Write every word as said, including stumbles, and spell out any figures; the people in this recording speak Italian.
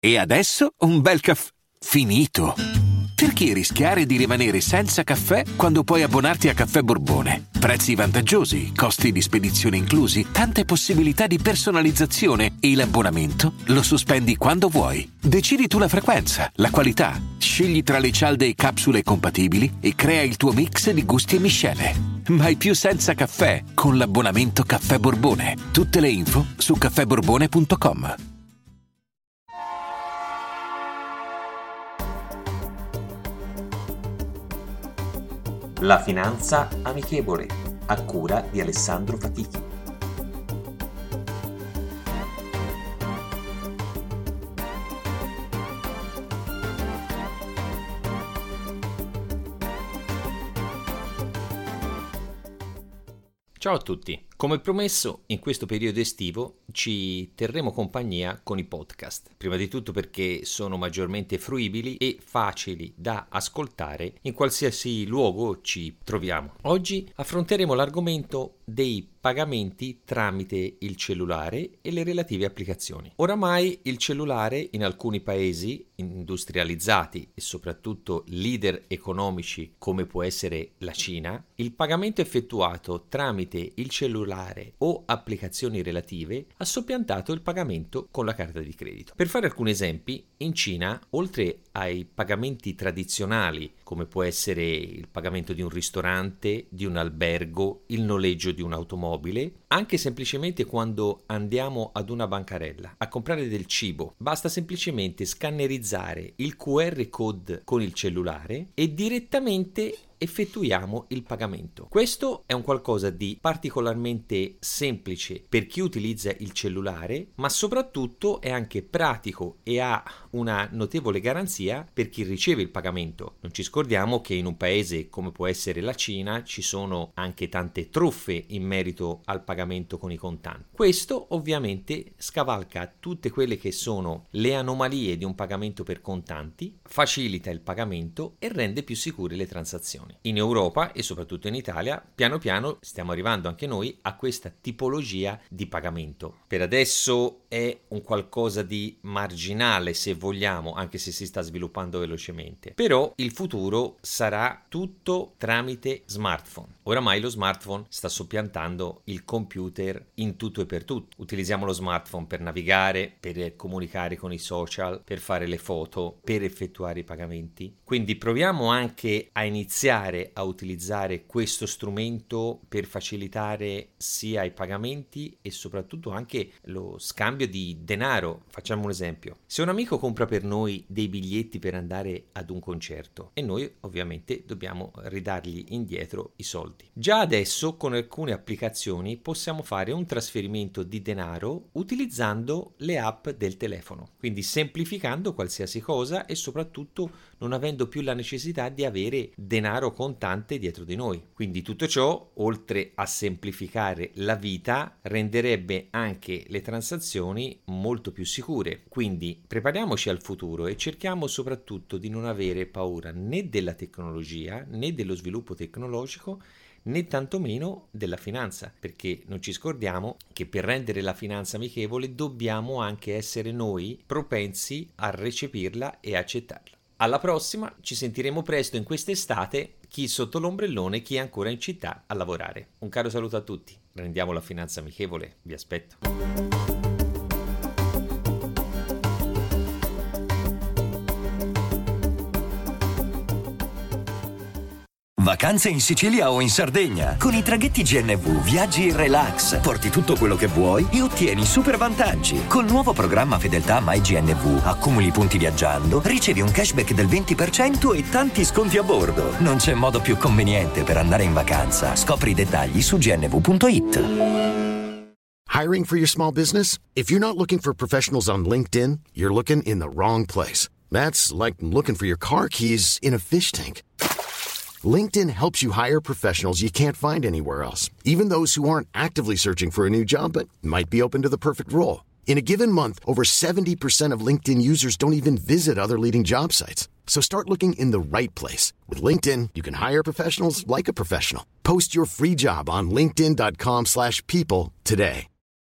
E adesso un bel caffè finito. Perché rischiare di rimanere senza caffè quando puoi abbonarti a Caffè Borbone? Prezzi vantaggiosi, costi di spedizione inclusi, tante possibilità di personalizzazione e l'abbonamento lo sospendi quando vuoi. Decidi tu la frequenza, la qualità, scegli tra le cialde e capsule compatibili e crea il tuo mix di gusti e miscele. Mai più senza caffè con l'abbonamento Caffè Borbone. Tutte le info su caffè borbone punto com. La finanza amichevole, a cura di Alessandro Fatichi. Ciao a tutti, come promesso in questo periodo estivo ci terremo compagnia con i podcast, prima di tutto perché sono maggiormente fruibili e facili da ascoltare in qualsiasi luogo ci troviamo. Oggi affronteremo l'argomento dei pagamenti tramite il cellulare e le relative applicazioni. Oramai il cellulare in alcuni paesi industrializzati e soprattutto leader economici come può essere la Cina, il pagamento effettuato tramite il cellulare o applicazioni relative ha soppiantato il pagamento con la carta di credito. Per fare alcuni esempi, in Cina, oltre ai pagamenti tradizionali come può essere il pagamento di un ristorante, di un albergo, il noleggio di un'automobile, anche semplicemente quando andiamo ad una bancarella a comprare del cibo, basta semplicemente scannerizzare il Q R code con il cellulare e direttamente effettuiamo il pagamento. Questo è un qualcosa di particolarmente semplice per chi utilizza il cellulare, ma soprattutto è anche pratico e ha una notevole garanzia per chi riceve il pagamento. Non ci scordiamo che in un paese come può essere la Cina ci sono anche tante truffe in merito al pagamento con i contanti. Questo ovviamente scavalca tutte quelle che sono le anomalie di un pagamento per contanti, facilita il pagamento e rende più sicure le transazioni. In Europa e soprattutto in Italia piano piano stiamo arrivando anche noi a questa tipologia di pagamento. Per adesso è un qualcosa di marginale se vogliamo, anche se si sta sviluppando velocemente, però il futuro sarà tutto tramite smartphone. Oramai lo smartphone sta soppiantando il computer in tutto e per tutto. Utilizziamo lo smartphone per navigare, per comunicare con i social, per fare le foto, per effettuare i pagamenti. Quindi proviamo anche a iniziare a utilizzare questo strumento per facilitare sia i pagamenti e soprattutto anche lo scambio di denaro. Facciamo un esempio: se un amico compra per noi dei biglietti per andare ad un concerto e noi ovviamente dobbiamo ridargli indietro i soldi, già adesso con alcune applicazioni possiamo fare un trasferimento di denaro utilizzando le app del telefono, quindi semplificando qualsiasi cosa e soprattutto non avendo più la necessità di avere denaro contante dietro di noi. Quindi tutto ciò, oltre a semplificare la vita, renderebbe anche le transazioni molto più sicure. Quindi prepariamoci al futuro e cerchiamo soprattutto di non avere paura né della tecnologia né dello sviluppo tecnologico né tantomeno della finanza, perché non ci scordiamo che per rendere la finanza amichevole dobbiamo anche essere noi propensi a recepirla e accettarla. Alla prossima, ci sentiremo presto in quest'estate, chi sotto l'ombrellone, chi ancora in città a lavorare. Un caro saluto a tutti, rendiamo la finanza amichevole, vi aspetto. Vacanze in Sicilia o in Sardegna. Con i traghetti G N V viaggi in relax, porti tutto quello che vuoi e ottieni super vantaggi. Col nuovo programma Fedeltà MyGNV accumuli punti viaggiando, ricevi un cashback del venti per cento e tanti sconti a bordo. Non c'è modo più conveniente per andare in vacanza. Scopri i dettagli su g n v punto i t. Hiring for your small business? If you're not looking for professionals on LinkedIn, you're looking in the wrong place. That's like looking for your car keys in a fish tank. LinkedIn helps you hire professionals you can't find anywhere else, even those who aren't actively searching for a new job but might be open to the perfect role. In a given month, over seventy percent of LinkedIn users don't even visit other leading job sites. So start looking in the right place. With LinkedIn, you can hire professionals like a professional. Post your free job on linkedin dot com slash people today.